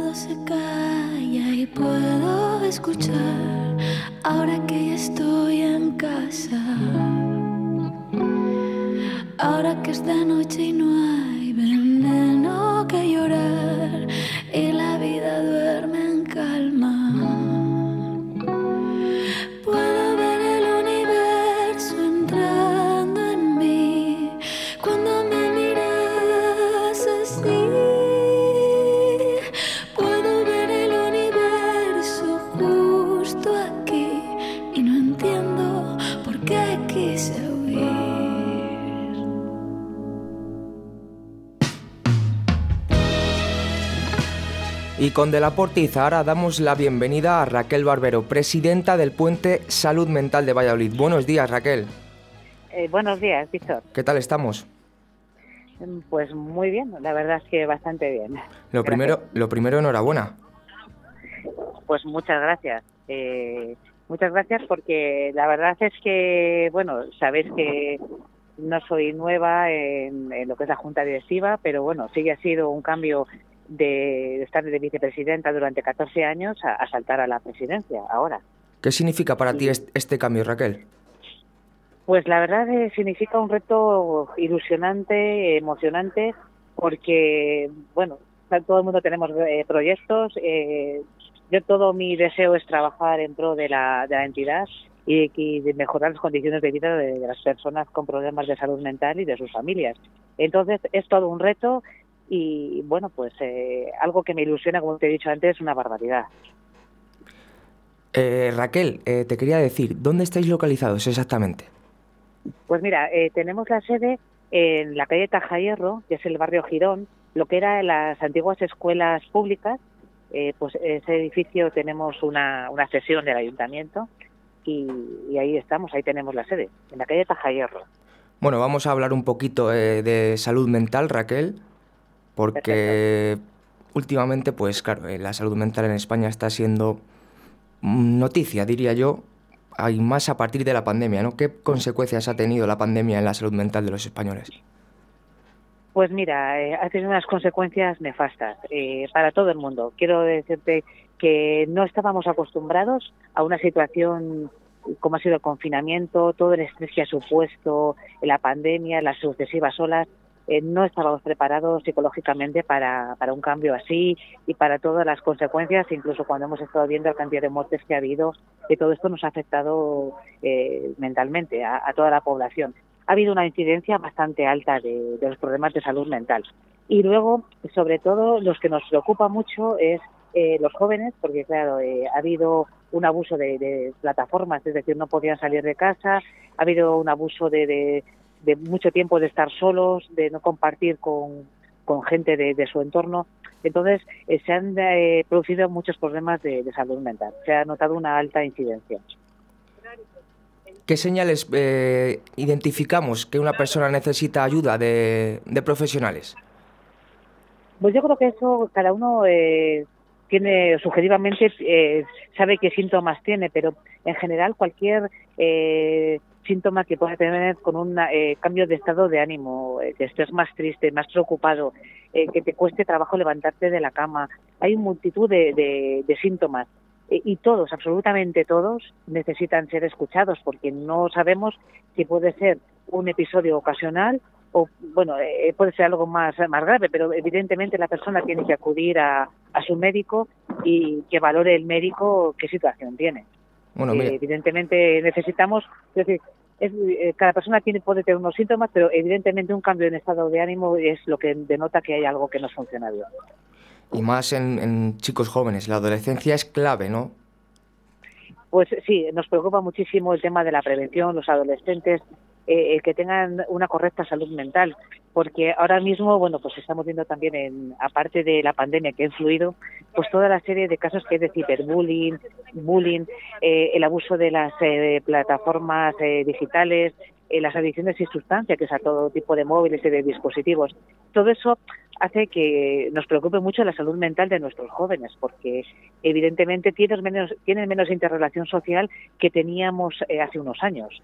todo se calla y puedo escuchar ahora que ya estoy en casa. Ahora que esta noche y no hay veneno que llorar y la vida duerme en calma. Puedo ver el universo entrando en mí cuando me miras así. Puedo ver el universo justo aquí y no entiendo por qué quise huir. Y con De la Portiza ahora damos la bienvenida a Raquel Barbero, presidenta del Puente Salud Mental de Valladolid. Buenos días, Raquel. Buenos días, Víctor. ¿Qué tal estamos? Pues muy bien, la verdad es que bastante bien. Lo primero, enhorabuena. Pues muchas gracias. Muchas gracias porque la verdad es que, bueno, sabéis que no soy nueva en lo que es la Junta Directiva, pero bueno, sí que ha sido un cambio de estar de vicepresidenta durante 14 años a saltar a la presidencia ahora. ¿Qué significa para ti este cambio, Raquel? Pues la verdad significa un reto ilusionante, emocionante, porque, bueno, todo el mundo tenemos proyectos. Yo todo mi deseo es trabajar en pro de la entidad y de mejorar las condiciones de vida de las personas con problemas de salud mental y de sus familias. Entonces es todo un reto y, bueno, pues algo que me ilusiona, como te he dicho antes, una barbaridad. Raquel, te quería decir, ¿dónde estáis localizados exactamente? Pues mira, tenemos la sede en la calle Tajahierro, que es el barrio Girón, lo que eran las antiguas escuelas públicas. Pues ese edificio tenemos una sesión del ayuntamiento y ahí estamos, ahí tenemos la sede, en la calle Tajahierro. Bueno, vamos a hablar un poquito de salud mental, Raquel, porque últimamente, pues claro, la salud mental en España está siendo noticia, diría yo, hay más a partir de la pandemia, ¿no? ¿Qué consecuencias ha tenido la pandemia en la salud mental de los españoles? Pues mira, ha tenido unas consecuencias nefastas para todo el mundo. Quiero decirte que no estábamos acostumbrados a una situación como ha sido el confinamiento, todo el estrés que ha supuesto la pandemia, las sucesivas olas. No estábamos preparados psicológicamente para un cambio así y para todas las consecuencias, incluso cuando hemos estado viendo la cantidad de muertes que ha habido, que todo esto nos ha afectado mentalmente a toda la población. Ha habido una incidencia bastante alta de los problemas de salud mental. Y luego, sobre todo, los que nos preocupa mucho es los jóvenes, porque claro, ha habido un abuso de plataformas, es decir, no podían salir de casa, ha habido un abuso de mucho tiempo de estar solos, de no compartir con gente de su entorno. Entonces, se han producido muchos problemas de salud mental. Se ha notado una alta incidencia. ¿Qué señales identificamos que una persona necesita ayuda de profesionales? Pues yo creo que eso cada uno tiene subjetivamente, sabe qué síntomas tiene, pero en general cualquier síntoma que pueda tener con un cambio de estado de ánimo, que estés más triste, más preocupado, que te cueste trabajo levantarte de la cama. Hay multitud de síntomas y todos, absolutamente todos, necesitan ser escuchados porque no sabemos si puede ser un episodio ocasional o, bueno, puede ser algo más grave, pero evidentemente la persona tiene que acudir a su médico y que valore el médico qué situación tiene. Bueno, mira. Evidentemente necesitamos, es decir, cada persona puede tener unos síntomas, pero evidentemente un cambio en estado de ánimo es lo que denota que hay algo que no funciona bien. Y más en chicos jóvenes, la adolescencia es clave, ¿no? Pues sí, nos preocupa muchísimo el tema de la prevención, los adolescentes, que tengan una correcta salud mental, porque ahora mismo, bueno, pues estamos viendo también, aparte de la pandemia que ha influido, pues toda la serie de casos que hay de ciberbullying, bullying, el abuso de las plataformas digitales, las adicciones sin sustancia, que es a todo tipo de móviles y de dispositivos. Todo eso hace que nos preocupe mucho la salud mental de nuestros jóvenes, porque evidentemente tienen menos interrelación social que teníamos hace unos años.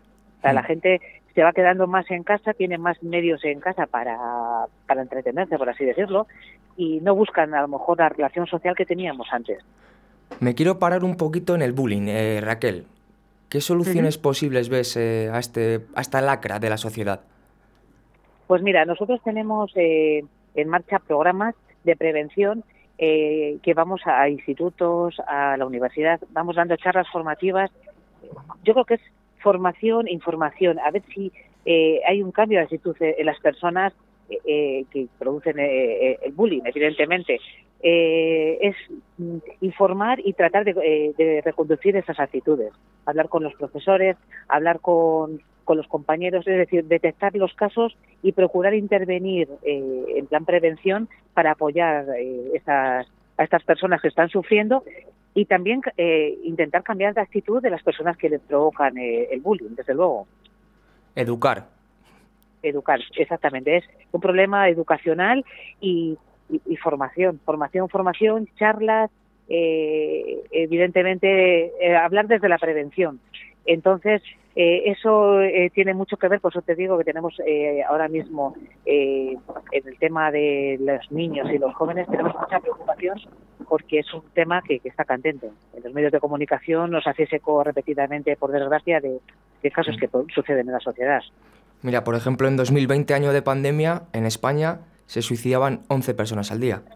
sea, la gente se va quedando más en casa, tiene más medios en casa para entretenerse, por así decirlo, y no buscan a lo mejor la relación social que teníamos antes. Me quiero parar un poquito en el bullying, Raquel. ¿Qué soluciones posibles ves a esta lacra de la sociedad? Pues mira, nosotros tenemos en marcha programas de prevención que vamos a institutos, a la universidad, vamos dando charlas formativas. Yo creo que es formación, información, a ver si hay un cambio de actitud en las personas que producen el bullying, evidentemente. Es informar y tratar de reconducir esas actitudes, hablar con los profesores, hablar con los compañeros, es decir, detectar los casos y procurar intervenir en plan prevención para apoyar a estas personas que están sufriendo y también intentar cambiar de actitud de las personas que le provocan el bullying, desde luego. Educar, Exactamente. Es un problema educacional y formación, charlas, evidentemente hablar desde la prevención. Entonces, eso tiene mucho que ver, por eso te digo que tenemos ahora mismo en el tema de los niños y los jóvenes, tenemos mucha preocupación porque es un tema que está candente. En los medios de comunicación nos hace eco repetidamente, por desgracia, de casos que suceden en la sociedad. Mira, por ejemplo, en 2020, año de pandemia, en España se suicidaban 11 personas al día.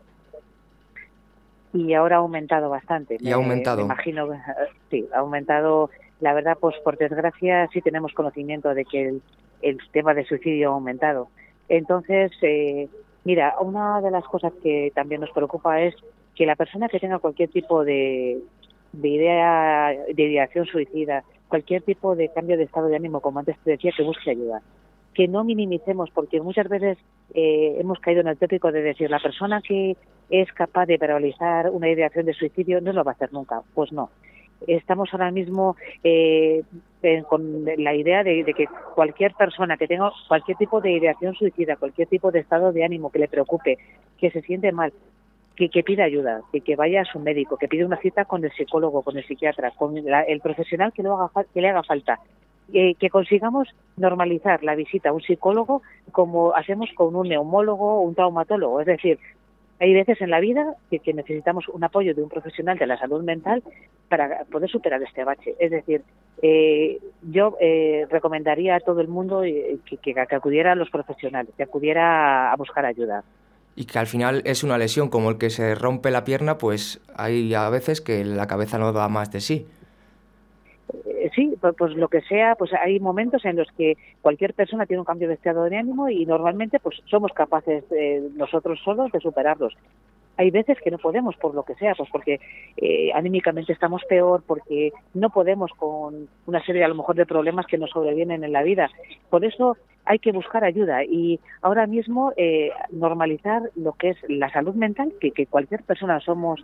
Y ahora ha aumentado bastante. ¿Y ha aumentado? Me imagino, sí, ha aumentado. La verdad, pues por desgracia sí tenemos conocimiento de que el tema de suicidio ha aumentado. Entonces, mira, una de las cosas que también nos preocupa es que la persona que tenga cualquier tipo de idea, de ideación suicida, cualquier tipo de cambio de estado de ánimo, como antes te decía, que busque ayuda. Que no minimicemos, porque muchas veces hemos caído en el tópico de decir la persona que es capaz de verbalizar una ideación de suicidio no lo va a hacer nunca. Pues no. Estamos ahora mismo con la idea de que cualquier persona que tenga cualquier tipo de ideación suicida, cualquier tipo de estado de ánimo que le preocupe, que se siente mal, que pida ayuda, que vaya a su médico, que pida una cita con el psicólogo, con el psiquiatra, con el profesional que le haga falta. Que consigamos normalizar la visita a un psicólogo como hacemos con un neumólogo o un traumatólogo. Es decir, hay veces en la vida que necesitamos un apoyo de un profesional de la salud mental para poder superar este bache. Es decir, yo recomendaría a todo el mundo que acudiera a los profesionales, que acudiera a buscar ayuda. Y que al final es una lesión, como el que se rompe la pierna, pues hay a veces que la cabeza no da más de sí. Sí, pues lo que sea, pues hay momentos en los que cualquier persona tiene un cambio de estado de ánimo y normalmente pues somos capaces nosotros solos de superarlos. Hay veces que no podemos, por lo que sea, pues porque anímicamente estamos peor, porque no podemos con una serie a lo mejor de problemas que nos sobrevienen en la vida. Por eso hay que buscar ayuda y ahora mismo normalizar lo que es la salud mental, que cualquier persona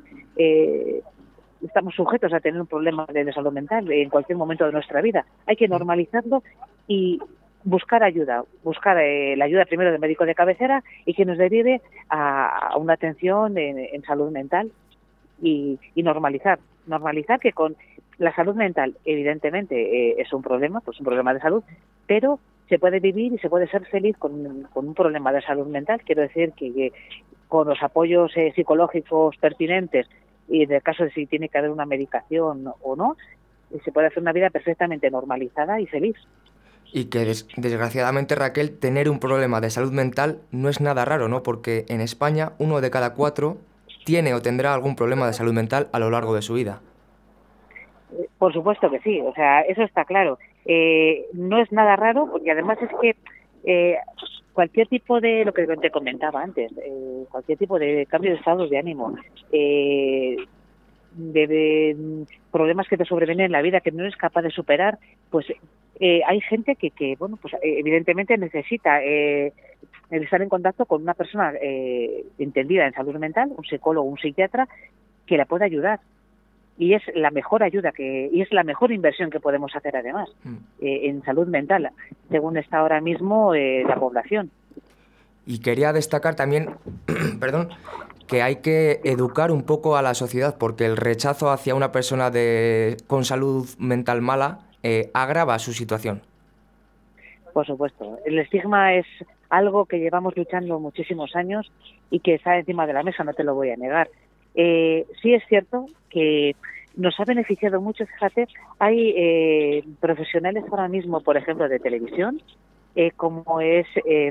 estamos sujetos a tener un problema de salud mental en cualquier momento de nuestra vida. Hay que normalizarlo y buscar ayuda, la ayuda primero del médico de cabecera y que nos derive a una atención en salud mental y normalizar que con la salud mental evidentemente es un problema, pues un problema de salud, pero se puede vivir y se puede ser feliz con un problema de salud mental. Quiero decir que con los apoyos psicológicos pertinentes y en el caso de si tiene que haber una medicación o no, se puede hacer una vida perfectamente normalizada y feliz. Y que desgraciadamente, Raquel, tener un problema de salud mental no es nada raro, ¿no? Porque en España 1 de cada 4 tiene o tendrá algún problema de salud mental a lo largo de su vida. Por supuesto que sí, o sea, eso está claro. No es nada raro porque además es que cualquier tipo de, lo que te comentaba antes, cualquier tipo de cambio de estado de ánimo, de problemas que te sobrevienen en la vida que no eres capaz de superar, pues hay gente que bueno, pues evidentemente necesita estar en contacto con una persona entendida en salud mental, un psicólogo, un psiquiatra, que la pueda ayudar. Y es la mejor ayuda y es la mejor inversión que podemos hacer además en salud mental, según está ahora mismo la población. Y quería destacar también, perdón, que hay que educar un poco a la sociedad porque el rechazo hacia una persona con salud mental mala agrava su situación. Por supuesto. El estigma es algo que llevamos luchando muchísimos años y que está encima de la mesa, no te lo voy a negar. Sí es cierto que nos ha beneficiado mucho, fíjate, hay profesionales ahora mismo, por ejemplo, de televisión, como es,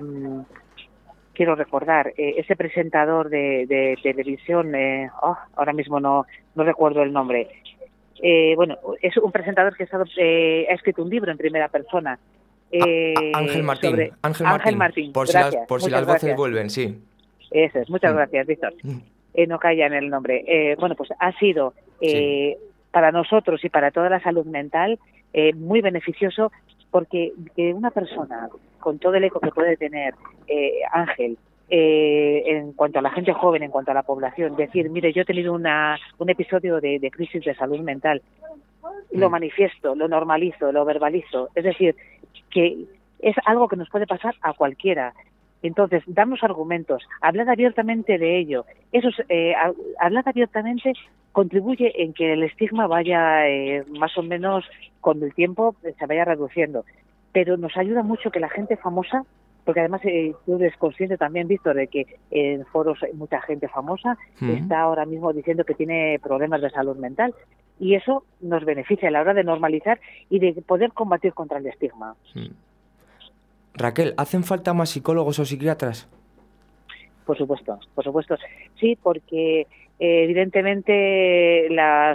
quiero recordar, ese presentador de televisión, ahora mismo no recuerdo el nombre. Bueno, es un presentador que ha escrito un libro en primera persona. Ángel Martín. Sobre Ángel Martín, Por gracias. si las voces vuelven, sí. Eso es, muchas gracias, Víctor. No calla en el nombre. Bueno, pues ha sido Sí. para nosotros y para toda la salud mental muy beneficioso, porque que una persona con todo el eco que puede tener Ángel en cuanto a la gente joven, en cuanto a la población, decir, mire, yo he tenido un episodio de crisis de salud mental, lo manifiesto, lo normalizo, lo verbalizo, es decir, que es algo que nos puede pasar a cualquiera. Entonces, darnos argumentos, hablar abiertamente de ello, hablar abiertamente contribuye en que el estigma vaya más o menos con el tiempo se vaya reduciendo. Pero nos ayuda mucho que la gente famosa, porque además tú eres consciente también, Víctor, de que en foros hay mucha gente famosa está ahora mismo diciendo que tiene problemas de salud mental, y eso nos beneficia a la hora de normalizar y de poder combatir contra el estigma. Raquel, ¿hacen falta más psicólogos o psiquiatras? Por supuesto. Sí, porque evidentemente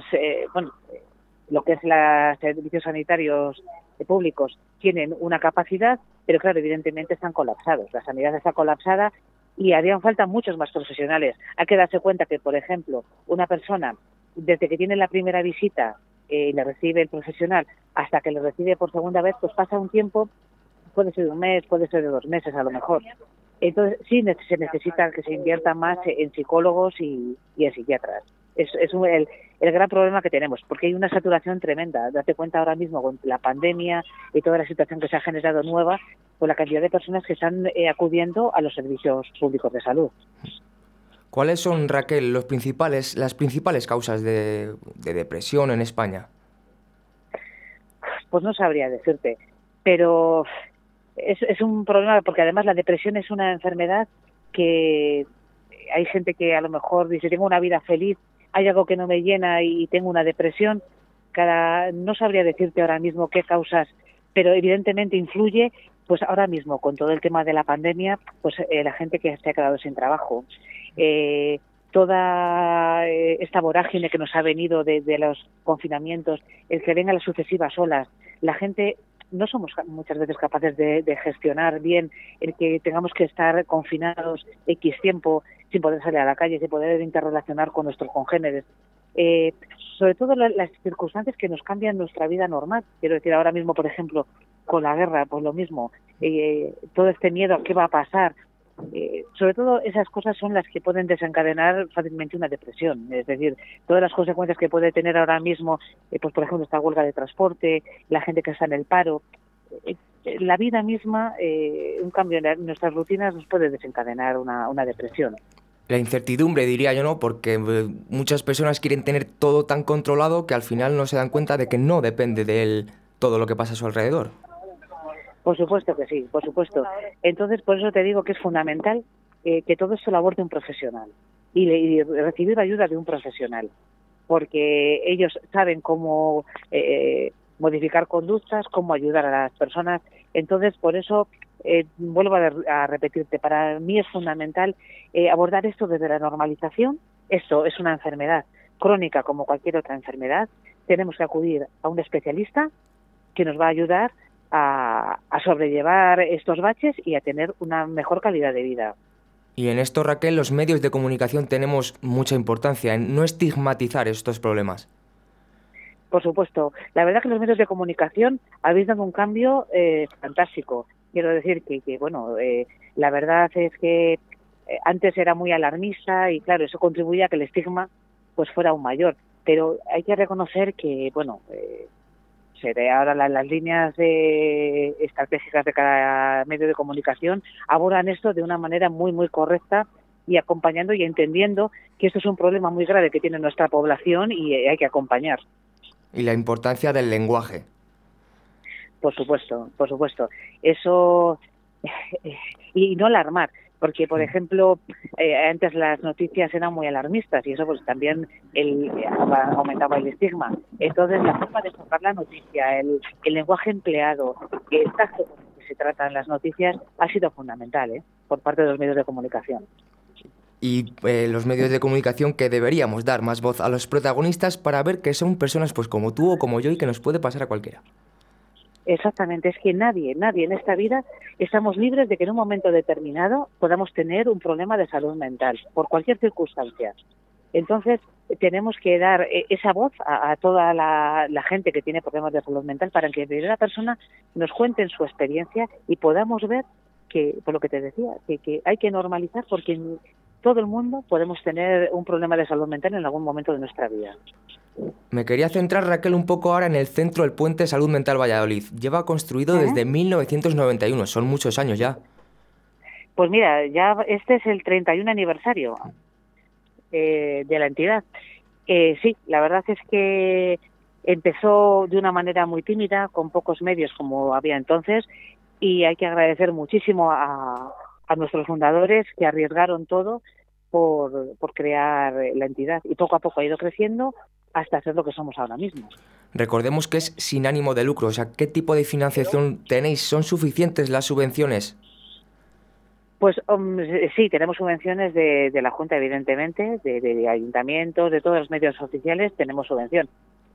lo que es los servicios sanitarios públicos tienen una capacidad, pero claro, evidentemente están colapsados. La sanidad está colapsada y harían falta muchos más profesionales. Hay que darse cuenta que, por ejemplo, una persona, desde que tiene la primera visita y le recibe el profesional hasta que le recibe por segunda vez, pues pasa un tiempo, puede ser de un mes, puede ser de 2 meses a lo mejor. Entonces sí se necesita que se invierta más en psicólogos y en psiquiatras. Es el gran problema que tenemos, porque hay una saturación tremenda. Date cuenta ahora mismo con la pandemia y toda la situación que se ha generado nueva, con la cantidad de personas que están acudiendo a los servicios públicos de salud. ¿Cuáles son, Raquel, las principales causas de depresión en España? Pues no sabría decirte, pero es un problema, porque además la depresión es una enfermedad que hay gente que a lo mejor dice, tengo una vida feliz, hay algo que no me llena y tengo una depresión. No sabría decirte ahora mismo qué causas, pero evidentemente influye, pues ahora mismo con todo el tema de la pandemia, pues la gente que se ha quedado sin trabajo, toda esta vorágine que nos ha venido de los confinamientos, el que vengan las sucesivas olas, la gente no somos muchas veces capaces de gestionar bien el que tengamos que estar confinados X tiempo sin poder salir a la calle, sin poder interrelacionar con nuestros congéneres. Sobre todo las circunstancias que nos cambian nuestra vida normal. Quiero decir, ahora mismo, por ejemplo, con la guerra, pues lo mismo. Todo este miedo a qué va a pasar. Sobre todo esas cosas son las que pueden desencadenar fácilmente una depresión. Es decir, todas las consecuencias que puede tener ahora mismo, pues por ejemplo, esta huelga de transporte, la gente que está en el paro, la vida misma, un cambio en nuestras rutinas nos puede desencadenar una depresión. La incertidumbre, diría yo, ¿no? Porque muchas personas quieren tener todo tan controlado que al final no se dan cuenta de que no depende de él todo lo que pasa a su alrededor. Por supuesto que sí, por supuesto. Entonces, por eso te digo que es fundamental que todo esto lo aborde un profesional y recibir ayuda de un profesional, porque ellos saben cómo modificar conductas, cómo ayudar a las personas. Entonces, por eso, vuelvo a repetirte, para mí es fundamental abordar esto desde la normalización. Esto es una enfermedad crónica como cualquier otra enfermedad. Tenemos que acudir a un especialista que nos va a ayudar a sobrellevar estos baches y a tener una mejor calidad de vida. Y en esto, Raquel, los medios de comunicación tenemos mucha importancia en no estigmatizar estos problemas. Por supuesto. La verdad que los medios de comunicación habéis dado un cambio fantástico. Quiero decir que bueno, la verdad es que antes era muy alarmista y claro, eso contribuía a que el estigma pues fuera aún mayor. Pero hay que reconocer que, bueno, ahora las líneas estratégicas de cada medio de comunicación abordan esto de una manera muy, muy correcta y acompañando y entendiendo que esto es un problema muy grave que tiene nuestra población y hay que acompañar. Y la importancia del lenguaje. Por supuesto, por supuesto. Eso, y no alarmar, porque, por ejemplo, antes las noticias eran muy alarmistas y eso pues también aumentaba el estigma. Entonces, la forma de enfocar la noticia, el lenguaje empleado, el tacto con el que se tratan las noticias ha sido fundamental, por parte de los medios de comunicación. Y los medios de comunicación, que deberíamos dar más voz a los protagonistas para ver que son personas pues como tú o como yo y que nos puede pasar a cualquiera. Exactamente, es que nadie en esta vida estamos libres de que en un momento determinado podamos tener un problema de salud mental, por cualquier circunstancia. Entonces, tenemos que dar esa voz a toda la gente que tiene problemas de salud mental para que en primera persona nos cuenten su experiencia y podamos ver que, por lo que te decía, que hay que normalizar porque en todo el mundo podemos tener un problema de salud mental en algún momento de nuestra vida. Me quería centrar, Raquel, un poco ahora en el centro del Puente Salud Mental Valladolid. Lleva construido desde 1991, son muchos años ya. Pues mira, ya este es el 31 aniversario de la entidad. Sí, la verdad es que empezó de una manera muy tímida, con pocos medios como había entonces, y hay que agradecer muchísimo a nuestros fundadores que arriesgaron todo por crear la entidad, y poco a poco ha ido creciendo hasta ser lo que somos ahora mismo. Recordemos que es sin ánimo de lucro, o sea, ¿qué tipo de financiación tenéis? ¿Son suficientes las subvenciones? Pues sí, tenemos subvenciones de la Junta, evidentemente, de ayuntamientos, de todos los medios oficiales, tenemos subvención.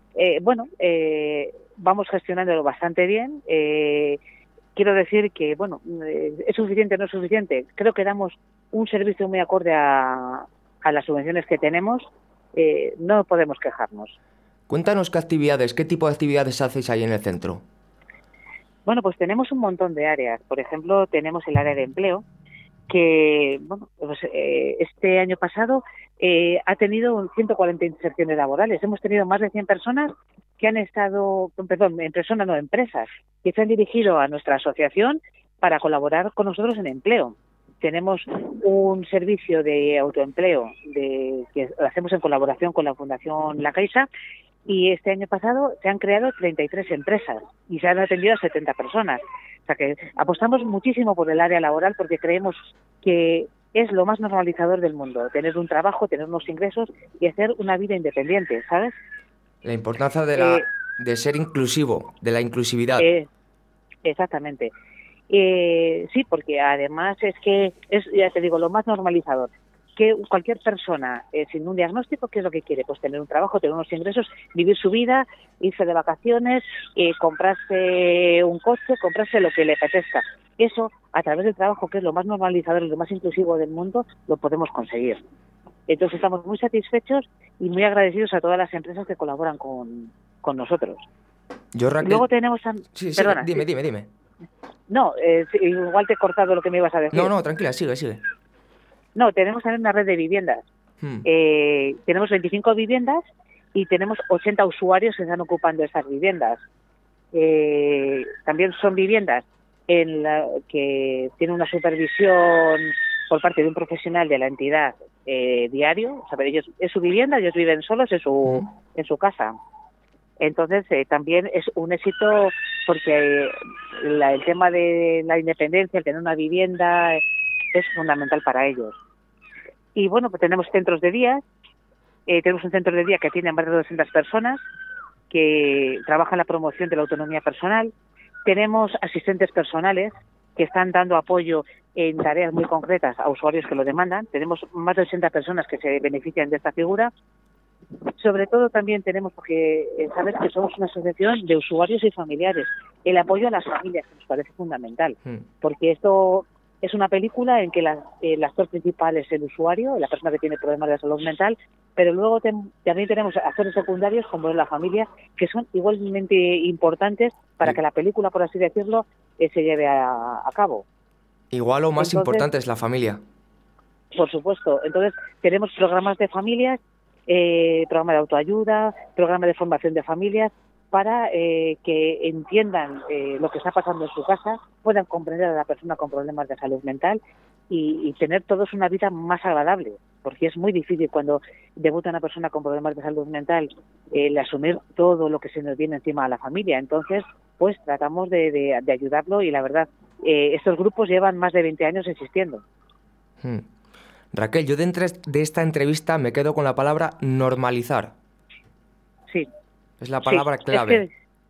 Vamos gestionándolo bastante bien. Quiero decir que, ¿es suficiente o no es suficiente? Creo que damos un servicio muy acorde a las subvenciones que tenemos. No podemos quejarnos. Cuéntanos qué tipo de actividades hacéis ahí en el centro. Bueno, pues tenemos un montón de áreas. Por ejemplo, tenemos el área de empleo, que este año pasado ha tenido 140 inserciones laborales. Hemos tenido más de 100 personas que han estado, empresas, que se han dirigido a nuestra asociación para colaborar con nosotros en empleo. Tenemos un servicio de autoempleo que lo hacemos en colaboración con la Fundación La Caixa, y este año pasado se han creado 33 empresas y se han atendido a 70 personas. O sea que apostamos muchísimo por el área laboral porque creemos que es lo más normalizador del mundo, tener un trabajo, tener unos ingresos y hacer una vida independiente, ¿sabes? La importancia de ser inclusivo, de la inclusividad. Exactamente. Sí, porque además es que es, ya te digo, lo más normalizador. Que cualquier persona sin un diagnóstico, ¿qué es lo que quiere? Pues tener un trabajo, tener unos ingresos, vivir su vida, irse de vacaciones, comprarse un coche, comprarse lo que le apetezca. Eso, a través del trabajo, que es lo más normalizador y lo más inclusivo del mundo, lo podemos conseguir. Entonces estamos muy satisfechos y muy agradecidos a todas las empresas que colaboran con nosotros. Yo, Raquel... Luego tenemos... Sí, Perdona, dime. No, igual te he cortado lo que me ibas a decir. No, tranquila, sigue. No, tenemos también una red de viviendas. Tenemos 25 viviendas y tenemos 80 usuarios que están ocupando esas viviendas. También son viviendas que tienen una supervisión por parte de un profesional de la entidad diario. O sea, ellos, es su vivienda, ellos viven solos en su casa. Entonces, también es un éxito porque el tema de la independencia, el tener una vivienda, es fundamental para ellos. Y bueno, pues tenemos centros de día. Tenemos un centro de día que tiene más de 200 personas que trabajan la promoción de la autonomía personal. Tenemos asistentes personales que están dando apoyo en tareas muy concretas a usuarios que lo demandan. Tenemos más de 80 personas que se benefician de esta figura. Sobre todo también tenemos, porque sabes que somos una asociación de usuarios y familiares, el apoyo a las familias, que nos parece fundamental, porque esto es una película en que el actor principal es el usuario, la persona que tiene problemas de salud mental, pero luego también tenemos actores secundarios como es la familia, que son igualmente importantes para que la película, por así decirlo, se lleve a cabo. Igual o más importante es la familia. Por supuesto. Entonces tenemos programas de familias, programa de autoayuda, programa de formación de familias, para que entiendan lo que está pasando en su casa, puedan comprender a la persona con problemas de salud mental y tener todos una vida más agradable. porque es muy difícil cuando debuta una persona con problemas de salud mental el asumir todo lo que se nos viene encima a la familia. Entonces, pues tratamos de ayudarlo y la verdad, estos grupos llevan más de 20 años existiendo. Hmm. Raquel, yo de esta entrevista me quedo con la palabra normalizar. Sí, Es la sí, palabra clave.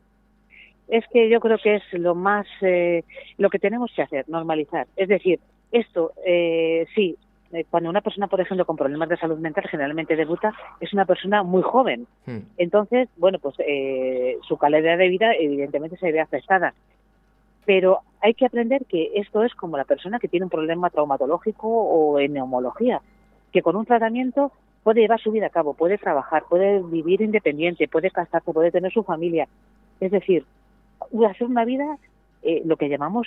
es que yo creo que es lo más, lo que tenemos que hacer, normalizar. Es decir, esto, sí, cuando una persona, por ejemplo, con problemas de salud mental generalmente debuta, es una persona muy joven. Entonces, bueno, pues su calidad de vida evidentemente se ve afectada. Pero hay que aprender que esto es como la persona que tiene un problema traumatológico o en neumología, que con un tratamiento puede llevar su vida a cabo, puede trabajar, puede vivir independiente, puede casarse, puede tener su familia. Es decir, hacer una vida, lo que llamamos,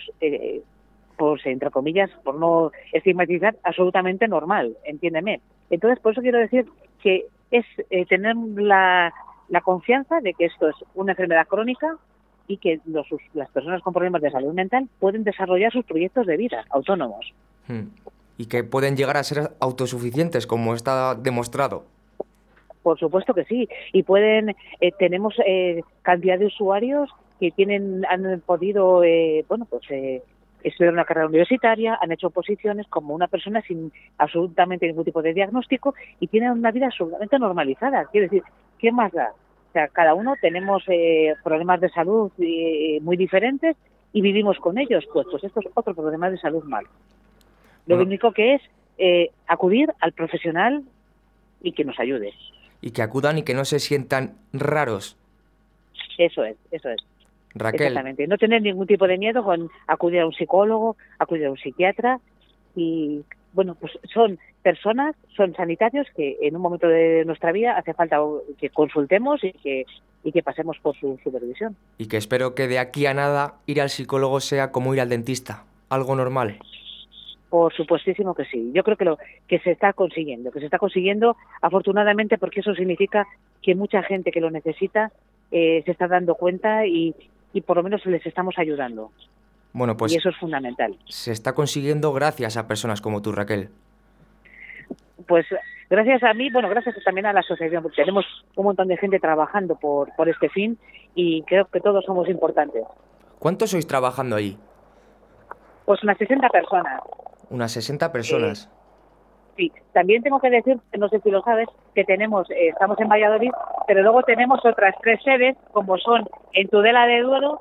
pues entre comillas, por no estigmatizar, absolutamente normal, entiéndeme. Entonces, por eso quiero decir que es tener la confianza de que esto es una enfermedad crónica y que las personas con problemas de salud mental pueden desarrollar sus proyectos de vida autónomos. Y que pueden llegar a ser autosuficientes, como está demostrado. Por supuesto que sí. Y pueden, tenemos cantidad de usuarios que han podido, estudiar una carrera universitaria, han hecho oposiciones como una persona sin absolutamente ningún tipo de diagnóstico y tienen una vida absolutamente normalizada. Quiero decir, ¿qué más da? O sea, cada uno tenemos problemas de salud muy diferentes y vivimos con ellos. Pues esto es otro problema de salud mal. Lo único que es acudir al profesional y que nos ayude. Y que acudan y que no se sientan raros. Eso es. Raquel. Exactamente. No tener ningún tipo de miedo con acudir a un psicólogo, acudir a un psiquiatra y, bueno, pues son personas, son sanitarios que en un momento de nuestra vida hace falta que consultemos y que pasemos por su supervisión. Y que espero que de aquí a nada ir al psicólogo sea como ir al dentista, algo normal. Por supuestísimo que sí. Yo creo que se está consiguiendo afortunadamente, porque eso significa que mucha gente que lo necesita se está dando cuenta y por lo menos les estamos ayudando. Bueno, pues y eso es fundamental. Se está consiguiendo gracias a personas como tú, Raquel. Pues gracias a mí, gracias también a la asociación, porque tenemos un montón de gente trabajando por este fin y creo que todos somos importantes. ¿Cuántos sois trabajando allí? Pues unas 60 personas. Unas 60 personas. Sí, también tengo que decir, no sé si lo sabes, que estamos en Valladolid, pero luego tenemos otras 3 sedes, como son en Tudela de Duero,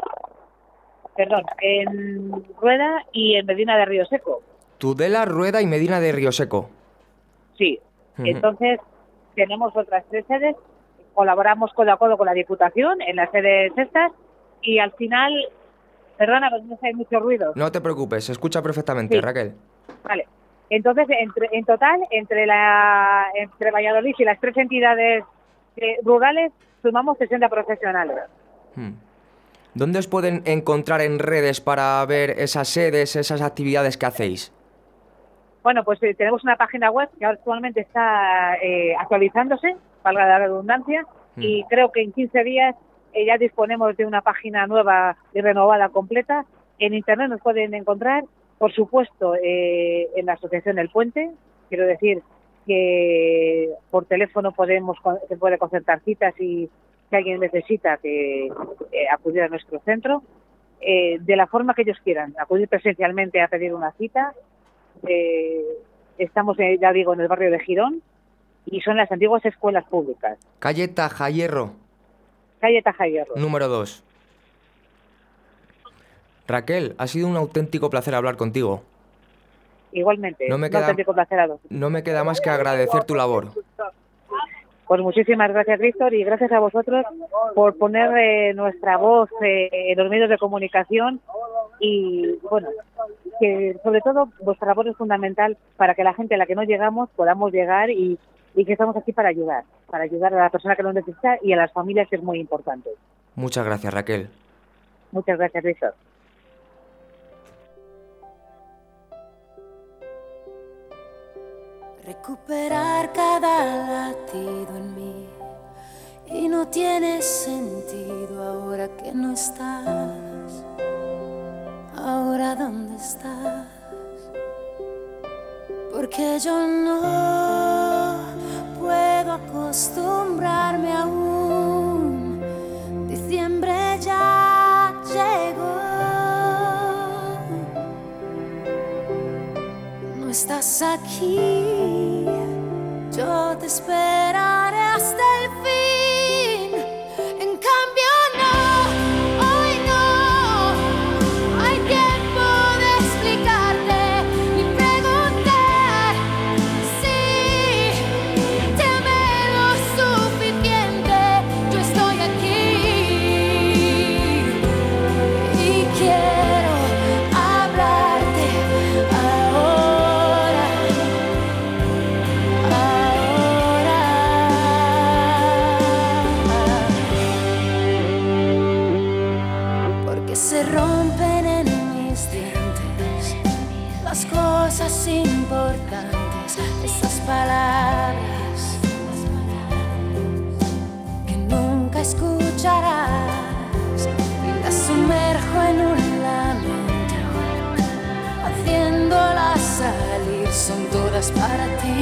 en Rueda y en Medina de Río Seco. Tudela, Rueda y Medina de Río Seco. Sí, entonces tenemos otras 3 sedes, colaboramos codo a codo con la Diputación en las sedes estas y al final, perdona, no sé si hay mucho ruido. No te preocupes, se escucha perfectamente, sí. Raquel. Vale. Entonces, en total, entre Valladolid y las 3 entidades rurales, sumamos 60 profesionales. ¿Dónde os pueden encontrar en redes para ver esas sedes, esas actividades que hacéis? Bueno, pues tenemos una página web que actualmente está actualizándose, valga la redundancia, y creo que en 15 días ya disponemos de una página nueva y renovada completa. En Internet nos pueden encontrar. Por supuesto, en la Asociación El Puente, quiero decir que por teléfono se puede concertar citas y si alguien necesita acudir a nuestro centro, de la forma que ellos quieran, acudir presencialmente a pedir una cita. Estamos, ya digo, en el barrio de Girón y son las antiguas escuelas públicas. Calle Tajayerro. Calle Tajayerro. Número 2. Raquel, ha sido un auténtico placer hablar contigo. Igualmente, un auténtico placer a vos. No me queda más que agradecer tu labor. Pues muchísimas gracias, Víctor, y gracias a vosotros por poner nuestra voz en los medios de comunicación y, que sobre todo vuestra labor es fundamental para que la gente a la que no llegamos podamos llegar y que estamos aquí para ayudar a la persona que lo necesita y a las familias, que es muy importante. Muchas gracias, Raquel. Muchas gracias, Víctor. Recuperar cada latido en mí y no tiene sentido ahora que no estás. Ahora ¿dónde estás? Porque yo no acostumbrarme aún. Diciembre ya llegó. No estás aquí, yo te esperaré hasta el fin. En cambio no, hoy no hay tiempo de explicarte ni preguntar si te amé lo suficiente. Yo estoy aquí y quiero hablarte ahora, porque se rompen en mis dientes las cosas importantes, esas palabras que nunca escucharás, y las sumerjo en un lamento, haciéndolas salir. Son todas para ti,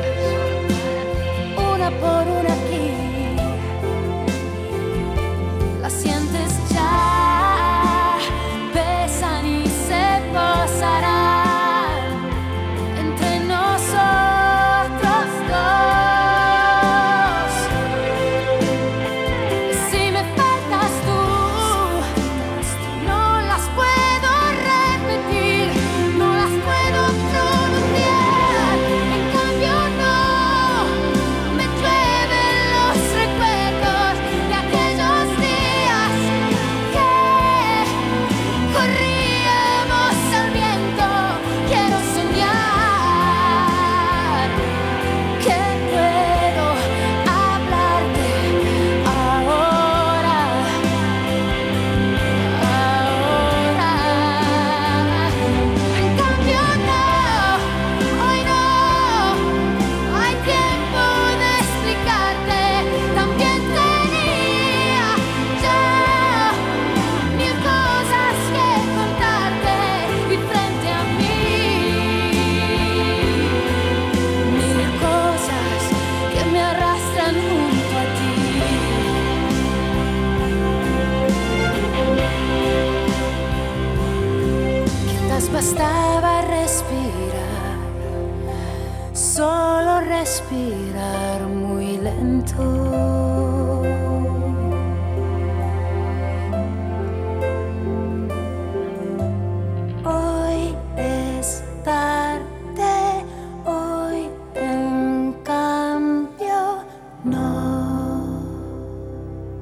una por una aquí. Las sientes ya, pesan y se posarán entre nosotros dos. Y si me faltas tú, no las puedo repetir, no las puedo pronunciar. En cambio no, me llueven los recuerdos de aquellos días que corríamos al viento. Quiero soñar que puedo hablarte ahora, En cambio no, hoy no hay tiempo de explicarte. También tenía ya mil cosas que contarte, y frente a mí mil cosas que me arrastran junto a ti. Quizás bastaba respirar, solo respirar muy lento.